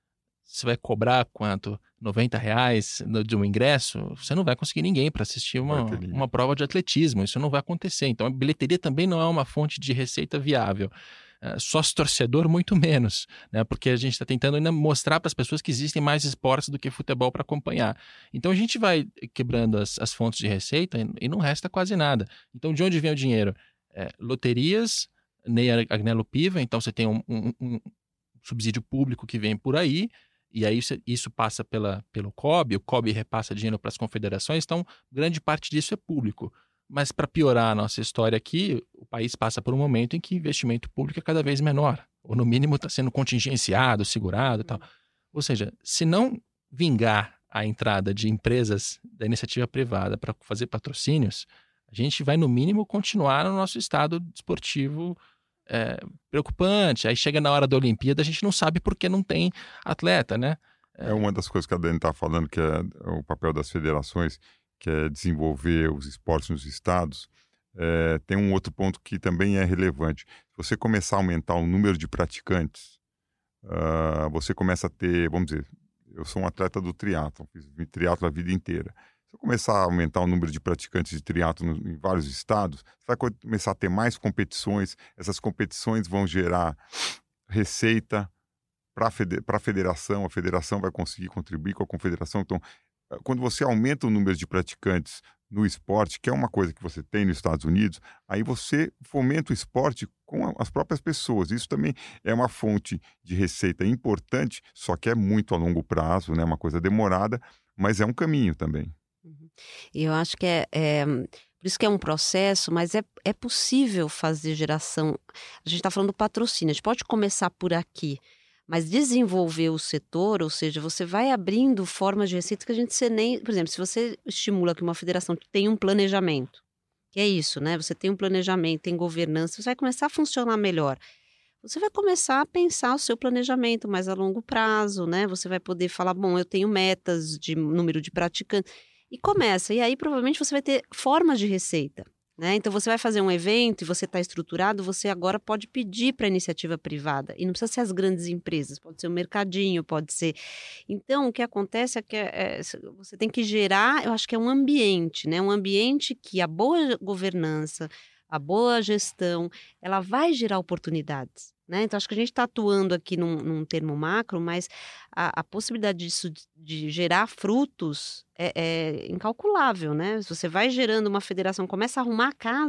você vai cobrar quanto? R$90 de um ingresso? Você não vai conseguir ninguém para assistir uma prova de atletismo. Isso não vai acontecer. Então, a bilheteria também não é uma fonte de receita viável. Sócio torcedor, muito menos, né? Porque a gente está tentando ainda mostrar para as pessoas que existem mais esportes do que futebol para acompanhar. Então, a gente vai quebrando as fontes de receita e não resta quase nada. Então, de onde vem o dinheiro? Loterias, Ney Agnello Piva. Então, você tem um subsídio público que vem por aí, e aí isso passa pelo COB, o COB repassa dinheiro para as confederações, então grande parte disso é público. Mas para piorar a nossa história aqui, o país passa por um momento em que investimento público é cada vez menor, ou no mínimo está sendo contingenciado, segurado e tal. Ou seja, se não vingar a entrada de empresas da iniciativa privada para fazer patrocínios, a gente vai no mínimo continuar no nosso estado esportivo preocupante. Aí chega na hora da Olimpíada, a gente não sabe por que não tem atleta, né? É uma das coisas que a Dani está falando, que é o papel das federações, que é desenvolver os esportes nos estados. Tem um outro ponto que também é relevante. Se você começar a aumentar o número de praticantes, você começa a ter, vamos dizer, eu sou um atleta do triatlon, fiz triatlon a vida inteira. Se eu começar a aumentar o número de praticantes de triatlon em vários estados, você vai começar a ter mais competições. Essas competições vão gerar receita para a federação vai conseguir contribuir com a confederação. Então, quando você aumenta o número de praticantes no esporte, que é uma coisa que você tem nos Estados Unidos, aí você fomenta o esporte com as próprias pessoas. Isso também é uma fonte de receita importante, só que é muito a longo prazo, né? Uma coisa demorada, mas é um caminho também. E eu acho que por isso que é um processo, mas é possível fazer geração. A gente está falando do patrocínio, a gente pode começar por aqui, mas desenvolver o setor, ou seja, você vai abrindo formas de receita que a gente nem... Por exemplo, se você estimula que uma federação tenha um planejamento, que é isso, né? Você tem um planejamento, tem governança, você vai começar a funcionar melhor. Você vai começar a pensar o seu planejamento mais a longo prazo, né? Você vai poder falar, bom, eu tenho metas de número de praticantes. E começa, e aí provavelmente você vai ter formas de receita, né? Então você vai fazer um evento e você está estruturado, você agora pode pedir para a iniciativa privada, e não precisa ser as grandes empresas, pode ser o mercadinho, pode ser... Então o que acontece é que você tem que gerar, eu acho que é um ambiente, né? Um ambiente que a boa governança, a boa gestão, ela vai gerar oportunidades, né? Então acho que a gente está atuando aqui num termo macro, mas a possibilidade disso de gerar frutos é incalculável, né? Se você vai gerando uma federação, começa a arrumar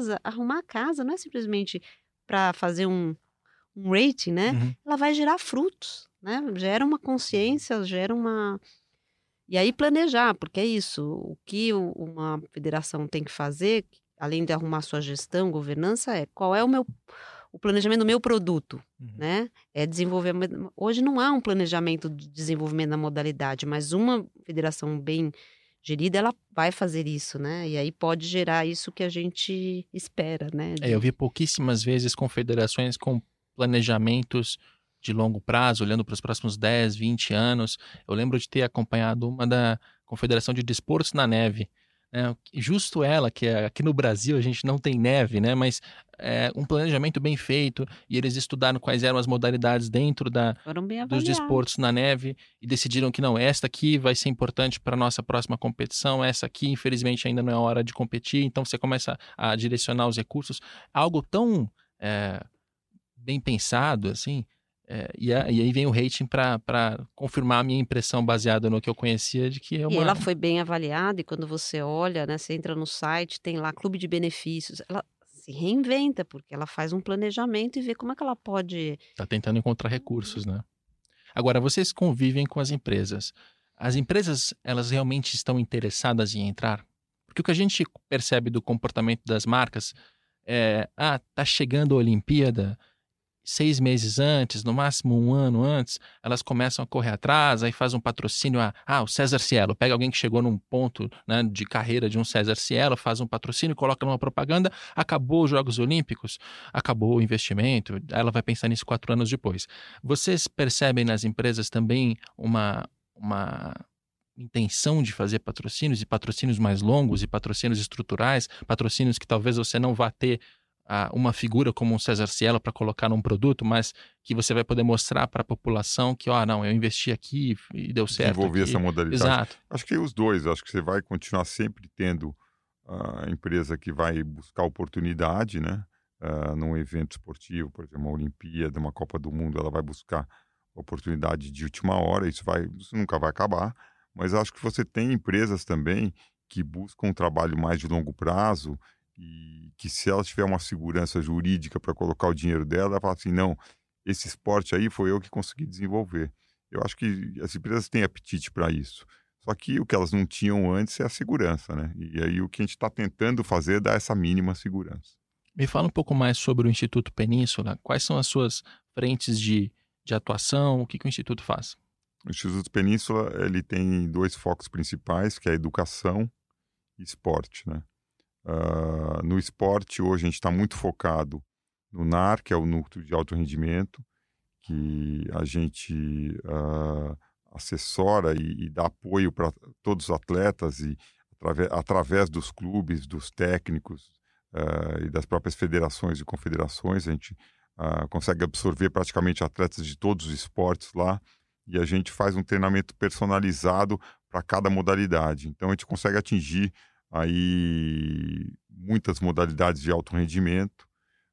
a casa não é simplesmente para fazer um rating, né? Uhum. Ela vai gerar frutos, né? Gera uma consciência, gera uma... E aí planejar, porque é isso, o que uma federação tem que fazer, além de arrumar sua gestão, governança, qual é o planejamento do meu produto, né? É desenvolver... Hoje não há um planejamento de desenvolvimento da modalidade, mas uma federação bem gerida, ela vai fazer isso, né? E aí pode gerar isso que a gente espera, né? Eu vi pouquíssimas vezes confederações com planejamentos de longo prazo, olhando para os próximos 10, 20 anos. Eu lembro de ter acompanhado uma da Confederação de Desportos na Neve, né? Justo ela, que aqui no Brasil a gente não tem neve, né? Mas um planejamento bem feito, e eles estudaram quais eram as modalidades dentro dos desportos na neve e decidiram que não, esta aqui vai ser importante para a nossa próxima competição, essa aqui infelizmente ainda não é hora de competir, então você começa a direcionar os recursos, algo tão bem pensado assim. E aí vem o rating para confirmar a minha impressão baseada no que eu conhecia de que E ela foi bem avaliada, e quando você olha, né, você entra no site, tem lá clube de benefícios, ela se reinventa, porque ela faz um planejamento e vê como é que ela pode... Está tentando encontrar recursos, né? Agora, vocês convivem com as empresas. As empresas, elas realmente estão interessadas em entrar? Porque o que a gente percebe do comportamento das marcas tá chegando a Olimpíada... 6 meses antes, no máximo 1 ano antes, elas começam a correr atrás, aí faz um patrocínio, o César Cielo, pega alguém que chegou num ponto, né, de carreira de um César Cielo, faz um patrocínio, coloca numa propaganda, acabou os Jogos Olímpicos, acabou o investimento, ela vai pensar nisso 4 anos depois. Vocês percebem nas empresas também uma intenção de fazer patrocínios, e patrocínios mais longos, e patrocínios estruturais, patrocínios que talvez você não vá ter uma figura como um César Cielo para colocar num produto, mas que você vai poder mostrar para a população que, não, eu investi aqui e deu certo. Desenvolver aqui. essa modalidade. Exato. Acho que os dois, acho que você vai continuar sempre tendo a empresa que vai buscar oportunidade, né? Num evento esportivo, por exemplo, uma Olimpíada, uma Copa do Mundo, ela vai buscar oportunidade de última hora, isso nunca vai acabar, mas acho que você tem empresas também que buscam um trabalho mais de longo prazo e que, se ela tiver uma segurança jurídica para colocar o dinheiro dela, ela fala assim, não, esse esporte aí foi eu que consegui desenvolver. Eu acho que as empresas têm apetite para isso. Só que o que elas não tinham antes é a segurança, né? E aí o que a gente está tentando fazer é dar essa mínima segurança. Me fala um pouco mais sobre o Instituto Península. Quais são as suas frentes de atuação? O que o Instituto faz? O Instituto Península, ele tem 2 focos principais, que é a educação e esporte, né? No esporte, hoje, a gente está muito focado no NAR, que é o Núcleo de Alto Rendimento, que a gente assessora e dá apoio para todos os atletas e através dos clubes, dos técnicos e das próprias federações e confederações, a gente consegue absorver praticamente atletas de todos os esportes lá e a gente faz um treinamento personalizado para cada modalidade. Então, a gente consegue atingir aí muitas modalidades de alto rendimento.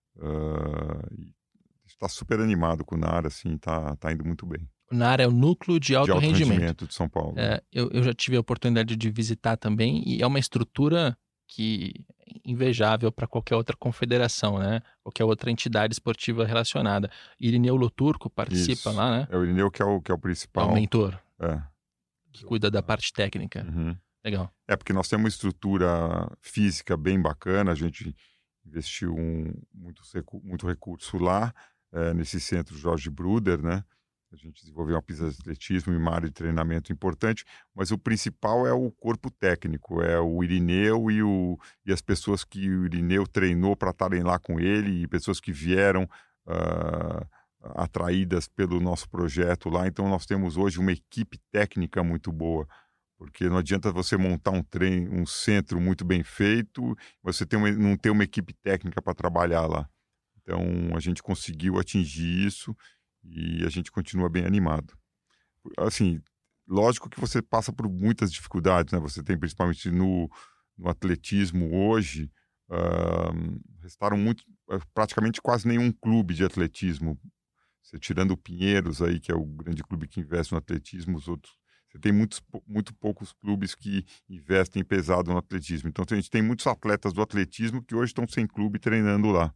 Está super animado com o NAR, assim, tá indo muito bem. O NAR é o Núcleo de Alto Rendimento de São Paulo. Eu já tive a oportunidade de visitar também e é uma estrutura que é invejável para qualquer outra confederação, né? Qualquer outra entidade esportiva relacionada. Irineu Loturco participa lá, né? É o Irineu que é o principal. É o mentor. Que cuida da parte técnica. Uhum. Legal. Porque nós temos uma estrutura física bem bacana, a gente investiu muito recurso lá, nesse centro Jorge Bruder, né? A gente desenvolveu uma pista de atletismo e uma área de treinamento importante, mas o principal é o corpo técnico, é o Irineu e as pessoas que o Irineu treinou para estarem lá com ele e pessoas que vieram atraídas pelo nosso projeto lá. Então, nós temos hoje uma equipe técnica muito boa, porque não adianta você montar um centro muito bem feito, você não ter uma equipe técnica para trabalhar lá. Então, a gente conseguiu atingir isso e a gente continua bem animado. Assim, lógico que você passa por muitas dificuldades, né? Você tem, principalmente no atletismo hoje, restaram praticamente quase nenhum clube de atletismo. Você, tirando o Pinheiros aí, que é o grande clube que investe no atletismo, os outros, você tem muito poucos clubes que investem pesado no atletismo. Então, a gente tem muitos atletas do atletismo que hoje estão sem clube treinando lá.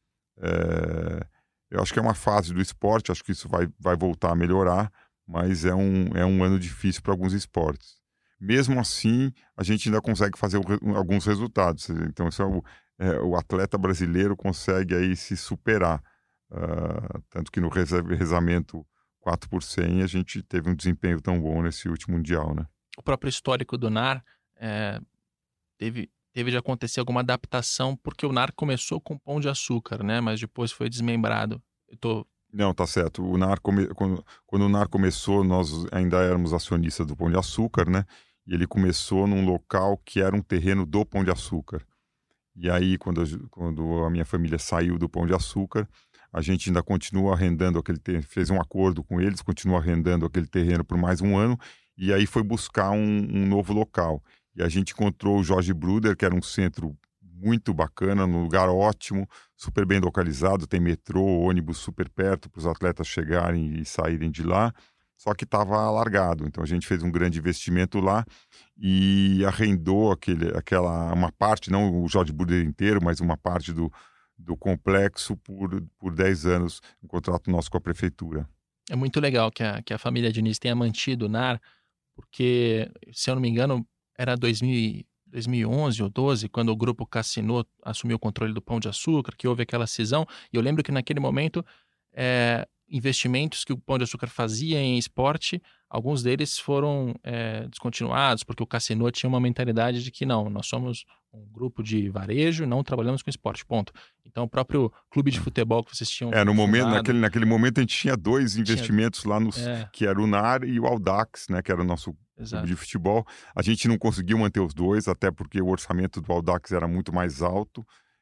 Eu acho que é uma fase do esporte, acho que isso vai voltar a melhorar, mas é um ano difícil para alguns esportes. Mesmo assim, a gente ainda consegue fazer alguns resultados. Então, isso o atleta brasileiro consegue aí se superar. Tanto que no revezamento 4x100 a gente teve um desempenho tão bom nesse último Mundial, né? O próprio histórico do NAR teve de acontecer alguma adaptação, porque o NAR começou com Pão de Açúcar, né? Mas depois foi desmembrado. Não, tá certo. Quando o NAR começou, nós ainda éramos acionistas do Pão de Açúcar, né? E ele começou num local que era um terreno do Pão de Açúcar. E aí, quando a minha família saiu do Pão de Açúcar, a gente ainda continua arrendando aquele terreno, fez um acordo com eles, continua arrendando aquele terreno por mais um ano, e aí foi buscar um novo local. E a gente encontrou o Jorge Bruder, que era um centro muito bacana, num lugar ótimo, super bem localizado, tem metrô, ônibus super perto para os atletas chegarem e saírem de lá, só que estava alargado. Então a gente fez um grande investimento lá e arrendou uma parte, não o Jorge Bruder inteiro, mas uma parte do complexo por 10 anos, um contrato nosso com a prefeitura. É muito legal que a família Diniz tenha mantido o NAR, porque, se eu não me engano, era 2011 ou 2012, quando o grupo Cassino assumiu o controle do Pão de Açúcar, que houve aquela cisão. E eu lembro que naquele momento, investimentos que o Pão de Açúcar fazia em esporte, alguns deles foram descontinuados, porque o Cassino tinha uma mentalidade de que não, nós somos um grupo de varejo, não trabalhamos com esporte, ponto. Então, o próprio clube de futebol que vocês tinham naquele momento a gente tinha 2 investimentos lá, que era o NAR e o Audax, né, que era o nosso clube de futebol. A gente não conseguiu manter os 2, até porque o orçamento do Audax era muito mais alto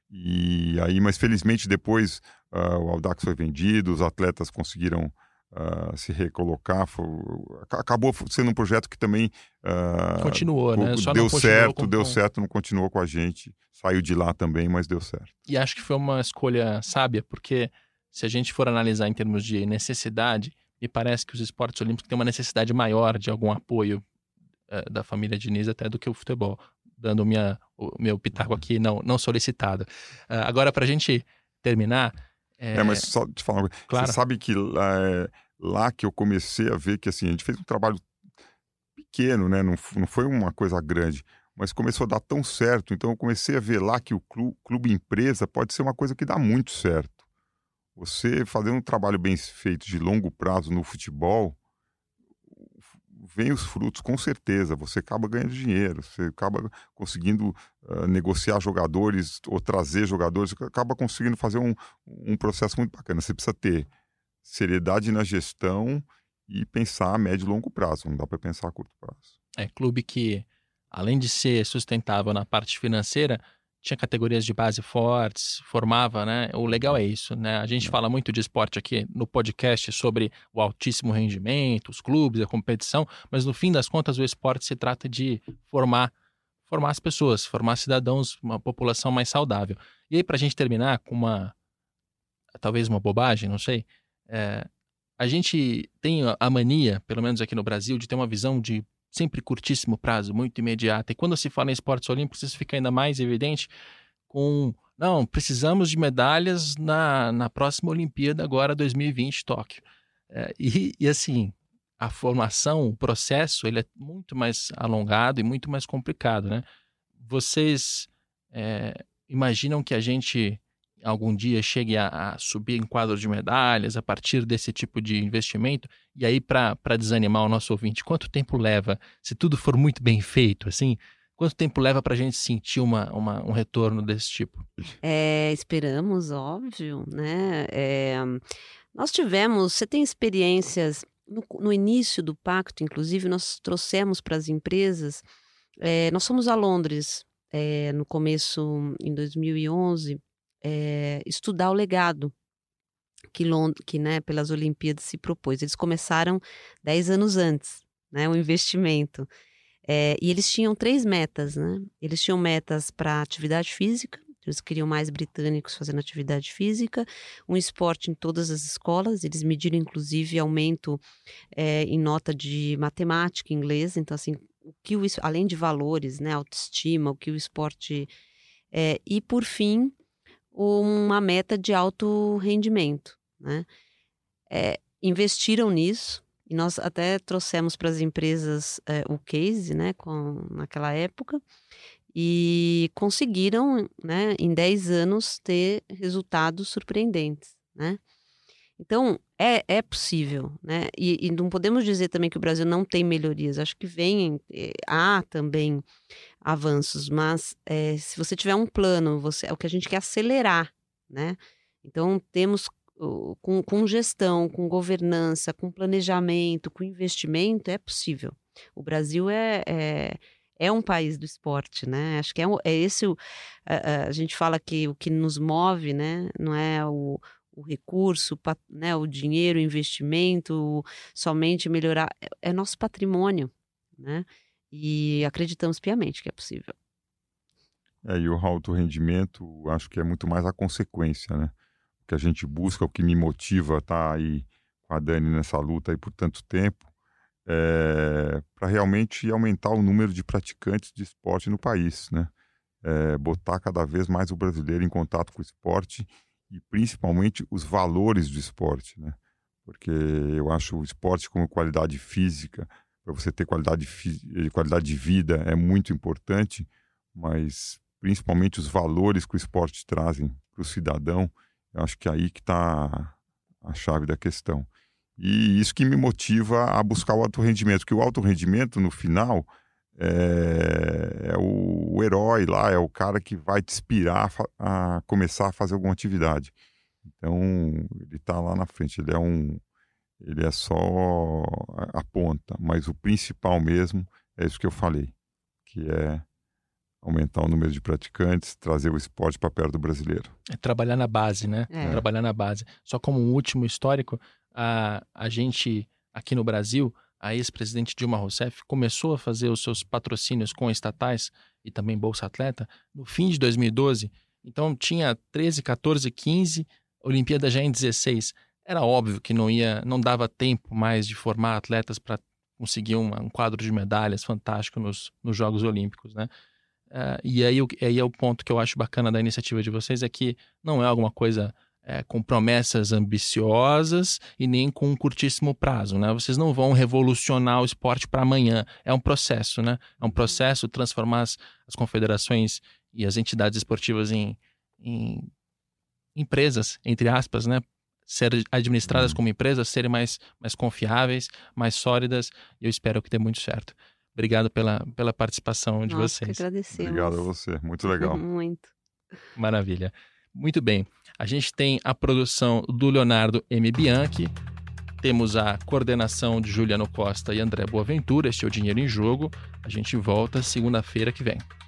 E aí, mas felizmente depois o Audax foi vendido, os atletas conseguiram se recolocar, acabou sendo um projeto que também continuou, né? Só deu não continuou deu certo, não continuou com a gente, saiu de lá também, mas deu certo. E acho que foi uma escolha sábia, porque se a gente for analisar em termos de necessidade, me parece que os esportes olímpicos têm uma necessidade maior de algum apoio da família Diniz até do que o futebol, dando o meu pitaco aqui não solicitado. Agora, para a gente terminar... mas só te falar uma coisa. Claro. Você sabe que lá que eu comecei a ver que assim, a gente fez um trabalho pequeno, né? Não foi uma coisa grande, mas começou a dar tão certo. Então eu comecei a ver lá que o clube empresa pode ser uma coisa que dá muito certo. Você fazendo um trabalho bem feito de longo prazo no futebol, vem os frutos com certeza. Você acaba ganhando dinheiro, você acaba conseguindo negociar jogadores ou trazer jogadores, você acaba conseguindo fazer um processo muito bacana. Você precisa ter seriedade na gestão e pensar a médio e longo prazo, não dá para pensar a curto prazo. Clube que, além de ser sustentável na parte financeira, tinha categorias de base fortes, formava, né? O legal é isso, né? A gente fala muito de esporte aqui no podcast sobre o altíssimo rendimento, os clubes, a competição, mas no fim das contas o esporte se trata de formar as pessoas, formar cidadãos, uma população mais saudável. E aí, para a gente terminar com talvez uma bobagem, não sei, a gente tem a mania, pelo menos aqui no Brasil, de ter uma visão de sempre curtíssimo prazo, muito imediata. E quando se fala em esportes olímpicos, isso fica ainda mais evidente não, precisamos de medalhas na próxima Olimpíada, agora 2020, Tóquio. E assim, a formação, o processo, ele é muito mais alongado e muito mais complicado, né? Vocês imaginam que a gente algum dia chegue a subir em quadro de medalhas a partir desse tipo de investimento? E aí, para desanimar o nosso ouvinte, quanto tempo leva, se tudo for muito bem feito, assim, quanto tempo leva para a gente sentir um retorno desse tipo? Esperamos, óbvio, né? Você tem experiências, no início do pacto, inclusive, nós trouxemos para as empresas, nós fomos a Londres, no começo, em 2011, estudar o legado que né, pelas Olimpíadas se propôs. Eles começaram 10 anos antes, né, o investimento. E eles tinham 3 metas, né? Eles tinham metas para atividade física, eles queriam mais britânicos fazendo atividade física, um esporte em todas as escolas, eles mediram inclusive aumento em nota de matemática, inglês, então assim, além de valores, né, autoestima, o que o esporte... e por fim, uma meta de alto rendimento, né? Investiram nisso, e nós até trouxemos para as empresas o case, né, naquela época, e conseguiram, né, em 10 anos ter resultados surpreendentes, né? Então, é possível, né? E não podemos dizer também que o Brasil não tem melhorias, acho que há também avanços, mas se você tiver um plano, o que a gente quer acelerar, né? Então, temos com gestão, com governança, com planejamento, com investimento, é possível. O Brasil é um país do esporte, né? Acho que é esse a gente fala que o que nos move, né? Não é o recurso, né? O dinheiro, o investimento, somente melhorar, é nosso patrimônio, né? E acreditamos piamente que é possível. E o alto rendimento, acho que é muito mais a consequência, né? O que a gente busca, o que me motiva a estar aí com a Dani nessa luta aí por tanto tempo, para realmente aumentar o número de praticantes de esporte no país, né? Botar cada vez mais o brasileiro em contato com o esporte e principalmente os valores do esporte, né? Porque eu acho o esporte como qualidade física, para você ter qualidade de vida, é muito importante, mas principalmente os valores que o esporte trazem para o cidadão, eu acho que é aí que está a chave da questão. E isso que me motiva a buscar o alto rendimento, porque o alto rendimento, no final, é o herói lá, é o cara que vai te inspirar a começar a fazer alguma atividade. Então, ele está lá na frente, ele é só a ponta, mas o principal mesmo é isso que eu falei, que é aumentar o número de praticantes, trazer o esporte para perto do brasileiro. É trabalhar na base, né? Trabalhar na base. Só como um último histórico, a gente, aqui no Brasil, a ex-presidente Dilma Rousseff começou a fazer os seus patrocínios com estatais e também Bolsa Atleta no fim de 2012. Então tinha 13, 14, 15, Olimpíada já em 16. Era óbvio que não dava tempo mais de formar atletas para conseguir um quadro de medalhas fantástico nos Jogos Olímpicos, né? E aí é o ponto que eu acho bacana da iniciativa de vocês, é que não é alguma coisa com promessas ambiciosas e nem com um curtíssimo prazo, né? Vocês não vão revolucionar o esporte para amanhã. É um processo, né? É um processo transformar as confederações e as entidades esportivas em empresas, entre aspas, né? Ser administradas como empresas, serem mais confiáveis, mais sólidas, e eu espero que dê muito certo. Obrigado pela participação de vocês. Que agradecemos. Obrigado a você, muito legal. Muito. Maravilha. Muito bem. A gente tem a produção do Leonardo M. Bianchi, temos a coordenação de Juliano Costa e André Boaventura. Este é o Dinheiro em Jogo. A gente volta segunda-feira que vem.